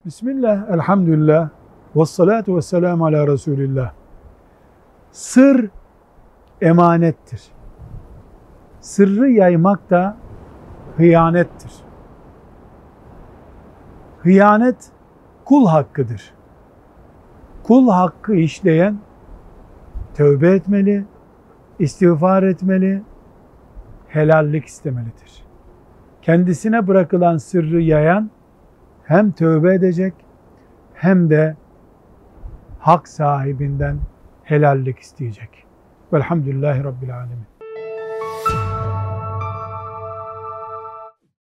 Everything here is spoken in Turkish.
Bismillah, elhamdülillah, ve salatu ve selamu ala Resulillah. Sır emanettir. Sırrı yaymak da hıyanettir. Hıyanet kul hakkıdır. Kul hakkı işleyen tövbe etmeli, istiğfar etmeli, helallik istemelidir. Kendisine bırakılan sırrı yayan hem tövbe edecek hem de hak sahibinden helallik isteyecek. Velhamdülillahi Rabbil Alemin.